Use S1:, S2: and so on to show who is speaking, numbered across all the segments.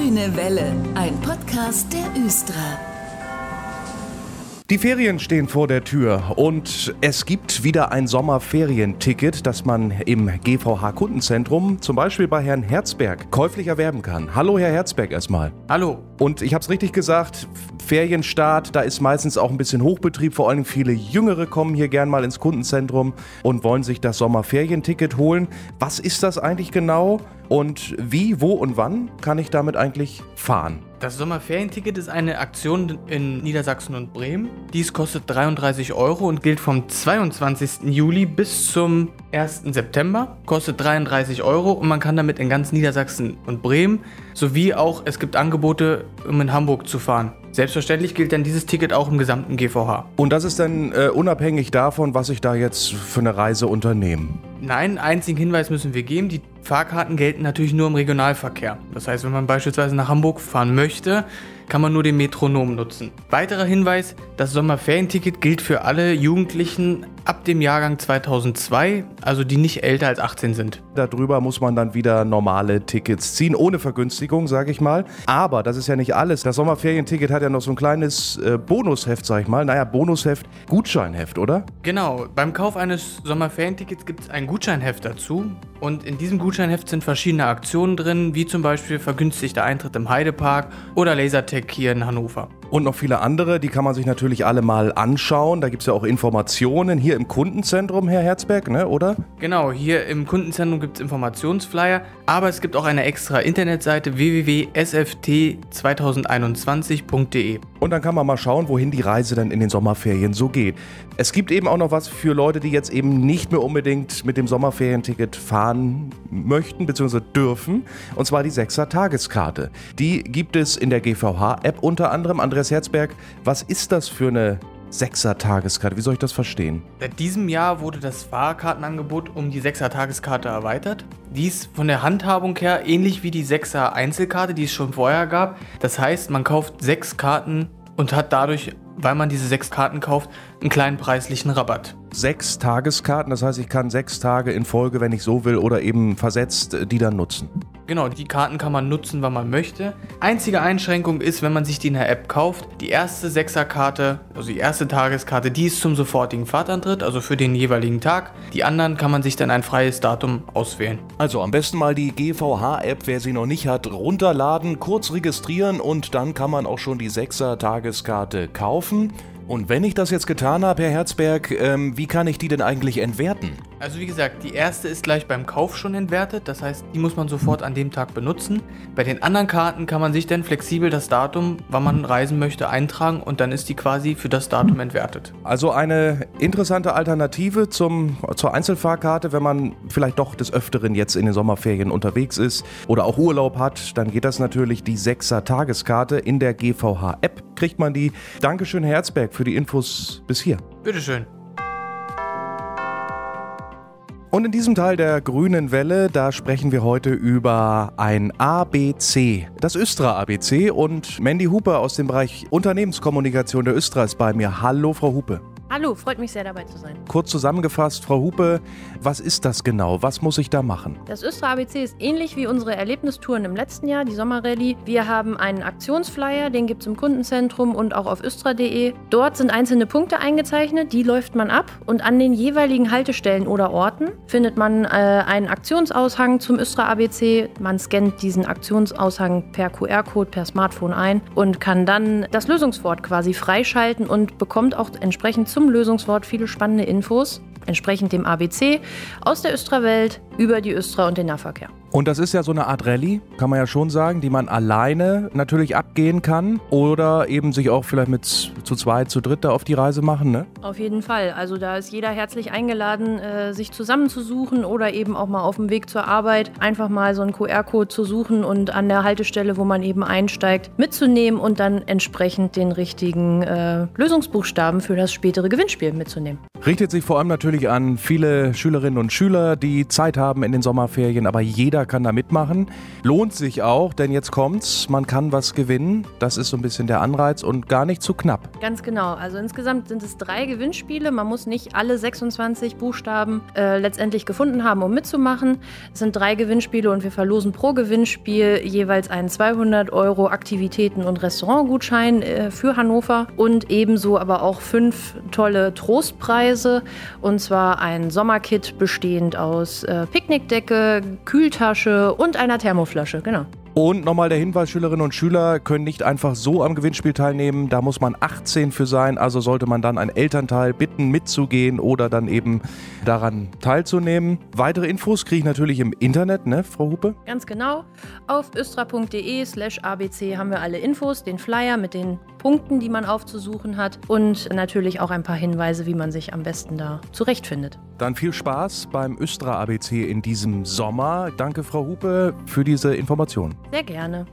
S1: Grüne Welle, ein Podcast der Östra.
S2: Die Ferien stehen vor der Tür und es gibt wieder ein Sommerferienticket, das man im GVH-Kundenzentrum, zum Beispiel bei Herrn Herzberg, käuflich erwerben kann. Hallo Herr Herzberg erstmal.
S3: Hallo.
S2: Und ich habe es richtig gesagt, Ferienstart, da ist meistens auch ein bisschen Hochbetrieb, vor allem viele Jüngere kommen hier gern mal ins Kundenzentrum und wollen sich das Sommerferienticket holen. Was ist das eigentlich genau und wie, wo und wann kann ich damit eigentlich fahren?
S3: Das Sommerferienticket ist eine Aktion in Niedersachsen und Bremen. Dies kostet 33 Euro und gilt vom 22. Juli bis zum 1. September. Kostet 33 Euro und man kann damit in ganz Niedersachsen und Bremen sowie auch, es gibt Angebote, um in Hamburg zu fahren. Selbstverständlich gilt dann dieses Ticket auch im gesamten GVH.
S2: Und das ist dann unabhängig davon, was ich da jetzt für eine Reise unternehme?
S3: Nein, einzigen Hinweis müssen wir geben, die Fahrkarten gelten natürlich nur im Regionalverkehr. Das heißt, wenn man beispielsweise nach Hamburg fahren möchte, kann man nur den Metronom nutzen. Weiterer Hinweis, das Sommerferienticket gilt für alle Jugendlichen ab dem Jahrgang 2002, also die nicht älter als 18 sind.
S2: Darüber muss man dann wieder normale Tickets ziehen, ohne Vergünstigung, sage ich mal. Aber das ist ja nicht alles. Das Sommerferienticket hat ja noch so ein kleines Bonusheft, sage ich mal. Naja, Bonusheft, Gutscheinheft, oder?
S3: Genau, beim Kauf eines Sommerferientickets gibt es ein Gutscheinheft dazu. Und in diesem Gutscheinheft sind verschiedene Aktionen drin, wie zum Beispiel vergünstigter Eintritt im Heidepark oder Lasertag hier in Hannover.
S2: Und noch viele andere, die kann man sich natürlich alle mal anschauen. Da gibt es ja auch Informationen hier im Kundenzentrum, Herr Herzberg, ne, oder?
S3: Genau, hier im Kundenzentrum gibt es Informationsflyer, aber es gibt auch eine extra Internetseite www.sft2021.de.
S2: Und dann kann man mal schauen, wohin die Reise dann in den Sommerferien so geht. Es gibt eben auch noch was für Leute, die jetzt eben nicht mehr unbedingt mit dem Sommerferienticket fahren möchten bzw. dürfen. Und zwar die 6er-Tageskarte. Die gibt es in der GVH-App unter anderem. Andreas Herzberg, was ist das für eine 6er-Tageskarte? Wie soll ich das verstehen?
S3: Seit diesem Jahr wurde das Fahrkartenangebot um die 6er-Tageskarte erweitert. Dies von der Handhabung her ähnlich wie die 6er-Einzelkarte, die es schon vorher gab. Das heißt, man kauft 6 Karten und hat dadurch, weil man diese 6 Karten kauft, einen kleinen preislichen Rabatt.
S2: 6 Tageskarten, das heißt, ich kann 6 Tage in Folge, wenn ich so will, oder eben versetzt, die dann nutzen.
S3: Genau, die Karten kann man nutzen, wann man möchte. Einzige Einschränkung ist, wenn man sich die in der App kauft, die erste 6er-Karte, also die erste Tageskarte, die ist zum sofortigen Fahrtantritt, also für den jeweiligen Tag. Die anderen kann man sich dann ein freies Datum auswählen.
S2: Also am besten mal die GVH-App, wer sie noch nicht hat, runterladen, kurz registrieren und dann kann man auch schon die 6er-Tageskarte kaufen. Und wenn ich das jetzt getan habe, Herr Herzberg, wie kann ich die denn eigentlich entwerten?
S3: Also wie gesagt, die erste ist gleich beim Kauf schon entwertet, das heißt, die muss man sofort an dem Tag benutzen. Bei den anderen Karten kann man sich dann flexibel das Datum, wann man reisen möchte, eintragen und dann ist die quasi für das Datum entwertet.
S2: Also eine interessante Alternative zur Einzelfahrkarte, wenn man vielleicht doch des Öfteren jetzt in den Sommerferien unterwegs ist oder auch Urlaub hat, dann geht das natürlich die 6er-Tageskarte in der GVH-App, kriegt man die. Dankeschön, Herr Herzberg, für die Infos bis hier.
S3: Bitteschön.
S2: Und in diesem Teil der Grünen Welle, da sprechen wir heute über ein ABC, das Östra ABC. Und Mandy Hupe aus dem Bereich Unternehmenskommunikation der Östra ist bei mir. Hallo, Frau Hupe.
S4: Hallo, freut mich sehr, dabei zu sein.
S2: Kurz zusammengefasst, Frau Hupe, was ist das genau? Was muss ich da machen?
S4: Das Östra ABC ist ähnlich wie unsere Erlebnistouren im letzten Jahr, die Sommerrallye. Wir haben einen Aktionsflyer, den gibt es im Kundenzentrum und auch auf östra.de. Dort sind einzelne Punkte eingezeichnet, die läuft man ab und an den jeweiligen Haltestellen oder Orten findet man einen Aktionsaushang zum Östra ABC. Man scannt diesen Aktionsaushang per QR-Code, per Smartphone ein und kann dann das Lösungswort quasi freischalten und bekommt auch entsprechend zum Lösungswort viele spannende Infos, entsprechend dem ABC, aus der Östra-Welt, über die Östra und den Nahverkehr.
S2: Und das ist ja so eine Art Rallye, kann man ja schon sagen, die man alleine natürlich abgehen kann oder eben sich auch vielleicht mit zu zweit, zu dritt da auf die Reise machen, ne?
S4: Auf jeden Fall. Also da ist jeder herzlich eingeladen, sich zusammenzusuchen oder eben auch mal auf dem Weg zur Arbeit einfach mal so einen QR-Code zu suchen und an der Haltestelle, wo man eben einsteigt, mitzunehmen und dann entsprechend den richtigen Lösungsbuchstaben für das spätere Gewinnspiel mitzunehmen.
S2: Richtet sich vor allem natürlich an viele Schülerinnen und Schüler, die Zeit haben in den Sommerferien, aber jeder Jeder kann da mitmachen. Lohnt sich auch, denn jetzt kommt's, man kann was gewinnen. Das ist so ein bisschen der Anreiz und gar nicht zu knapp.
S4: Ganz genau. Also insgesamt sind es 3 Gewinnspiele. Man muss nicht alle 26 Buchstaben letztendlich gefunden haben, um mitzumachen. Es sind 3 Gewinnspiele und wir verlosen pro Gewinnspiel jeweils einen 200 € Aktivitäten- und Restaurantgutschein für Hannover und ebenso aber auch 5 tolle Trostpreise. Und zwar ein Sommerkit bestehend aus Picknickdecke, Kühltasche und einer Thermoflasche. Genau.
S2: Und nochmal der Hinweis, Schülerinnen und Schüler können nicht einfach so am Gewinnspiel teilnehmen. Da muss man 18 für sein, also sollte man dann einen Elternteil bitten, mitzugehen oder dann eben daran teilzunehmen. Weitere Infos kriege ich natürlich im Internet, ne, Frau Hupe?
S4: Ganz genau. Auf östra.de/abc haben wir alle Infos, den Flyer mit den Punkten, die man aufzusuchen hat und natürlich auch ein paar Hinweise, wie man sich am besten da zurechtfindet.
S2: Dann viel Spaß beim Östra ABC in diesem Sommer. Danke, Frau Hupe, für diese Information.
S4: Sehr gerne.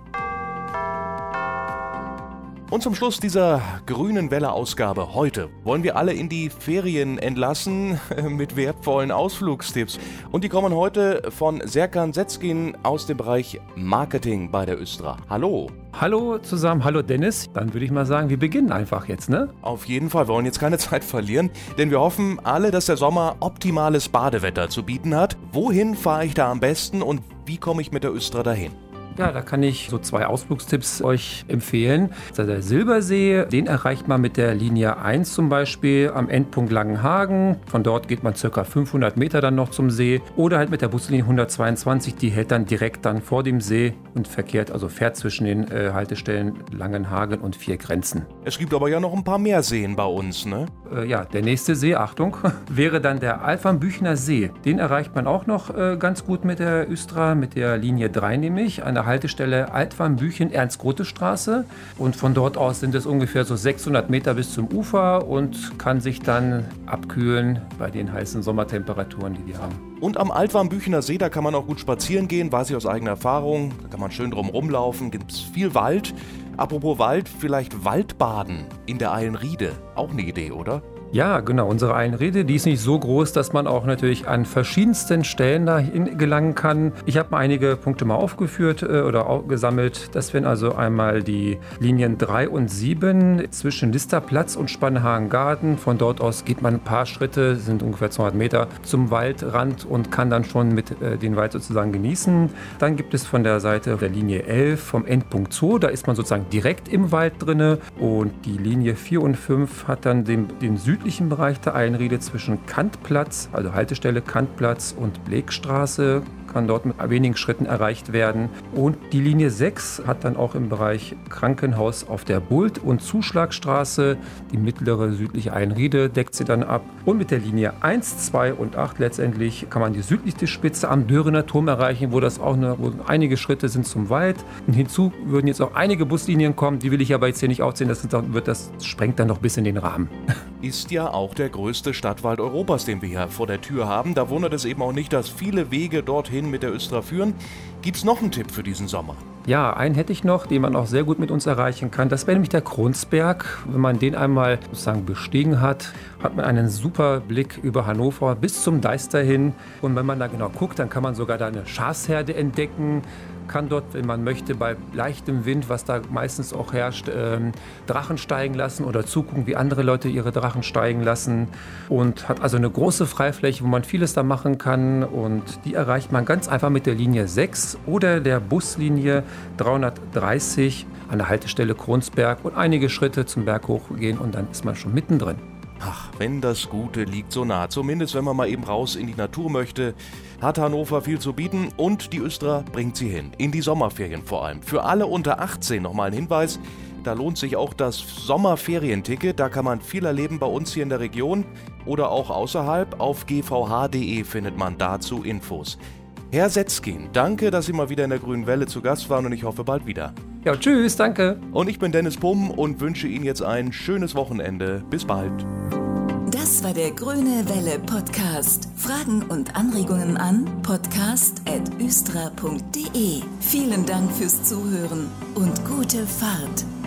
S2: Und zum Schluss dieser grünen Welle-Ausgabe heute wollen wir alle in die Ferien entlassen mit wertvollen Ausflugstipps. Und die kommen heute von Serkan Setzkin aus dem Bereich Marketing bei der Östra. Hallo.
S5: Hallo zusammen, hallo Dennis. Dann würde ich mal sagen, wir beginnen einfach jetzt, ne?
S2: Auf jeden Fall, wir wollen jetzt keine Zeit verlieren, denn wir hoffen alle, dass der Sommer optimales Badewetter zu bieten hat. Wohin fahre ich da am besten und wie komme ich mit der Östra dahin?
S5: Ja, da kann ich so 2 Ausflugstipps euch empfehlen. Der Silbersee, den erreicht man mit der Linie 1 zum Beispiel am Endpunkt Langenhagen. Von dort geht man ca. 500 Meter dann noch zum See. Oder halt mit der Buslinie 122, die hält dann direkt dann vor dem See und fährt zwischen den Haltestellen Langenhagen und 4 Grenzen.
S2: Es gibt aber ja noch ein paar mehr Seen bei uns, ne?
S5: Ja, der nächste See, Achtung, wäre dann der Alfam-Büchner See. Den erreicht man auch noch ganz gut mit der Östra, mit der Linie 3 nämlich, an der Haltestelle Altwarm-Büchen-Ernst-Grote-Straße. Und von dort aus sind es ungefähr so 600 Meter bis zum Ufer und kann sich dann abkühlen bei den heißen Sommertemperaturen, die wir haben.
S2: Und am Altwarm-Büchener See, da kann man auch gut spazieren gehen, weiß ich aus eigener Erfahrung. Da kann man schön drum rumlaufen, gibt es viel Wald. Apropos Wald, vielleicht Waldbaden in der Eilenriede. Auch eine Idee, oder?
S5: Ja, genau. Unsere Eilenriede, die ist nicht so groß, dass man auch natürlich an verschiedensten Stellen dahin gelangen kann. Ich habe mal einige Punkte mal aufgeführt oder gesammelt. Das wären also einmal die Linien 3 und 7 zwischen Listerplatz und Spannhagen-Garten. Von dort aus geht man ein paar Schritte, sind ungefähr 200 Meter, zum Waldrand und kann dann schon mit den Wald sozusagen genießen. Dann gibt es von der Seite der Linie 11 vom Endpunkt Zoo, da ist man sozusagen direkt im Wald drinne. Und die Linie 4 und 5 hat dann den südlichen Bereich der Eilenriede zwischen Kantplatz, also Haltestelle Kantplatz und Blekstraße, kann dort mit wenigen Schritten erreicht werden. Und die Linie 6 hat dann auch im Bereich Krankenhaus auf der Bult- und Zuschlagstraße, die mittlere südliche Eilenriede deckt sie dann ab. Und mit der Linie 1, 2 und 8 letztendlich kann man die südlichste Spitze am Dörener Turm erreichen, wo einige Schritte sind zum Wald. Und hinzu würden jetzt auch einige Buslinien kommen, die will ich aber jetzt hier nicht aufzählen, das sprengt dann noch bis in den Rahmen.
S2: Ist ja auch der größte Stadtwald Europas, den wir hier vor der Tür haben. Da wundert es eben auch nicht, dass viele Wege dorthin mit der Östra führen. Gibt's noch einen Tipp für diesen Sommer?
S5: Ja, einen hätte ich noch, den man auch sehr gut mit uns erreichen kann. Das wäre nämlich der Kronsberg. Wenn man den einmal sozusagen bestiegen hat, hat man einen super Blick über Hannover bis zum Deister hin. Und wenn man da genau guckt, dann kann man sogar da eine Schafsherde entdecken. Kann dort, wenn man möchte, bei leichtem Wind, was da meistens auch herrscht, Drachen steigen lassen oder zugucken, wie andere Leute ihre Drachen steigen lassen. Und hat also eine große Freifläche, wo man vieles da machen kann. Und die erreicht man ganz einfach mit der Linie 6 oder der Buslinie 330 an der Haltestelle Kronsberg und einige Schritte zum Berg hochgehen und dann ist man schon mittendrin.
S2: Ach, wenn das Gute liegt so nah. Zumindest wenn man mal eben raus in die Natur möchte, hat Hannover viel zu bieten und die Östra bringt sie hin. In die Sommerferien vor allem. Für alle unter 18 nochmal ein Hinweis. Da lohnt sich auch das Sommerferienticket. Da kann man viel erleben bei uns hier in der Region oder auch außerhalb. Auf gvh.de findet man dazu Infos. Herr Setzkin, danke, dass Sie mal wieder in der Grünen Welle zu Gast waren und ich hoffe bald wieder.
S5: Ja, tschüss, danke.
S2: Und ich bin Dennis Pumm und wünsche Ihnen jetzt ein schönes Wochenende. Bis bald.
S1: Das war der Grüne Welle Podcast. Fragen und Anregungen an podcast@östra.de. Vielen Dank fürs Zuhören und gute Fahrt.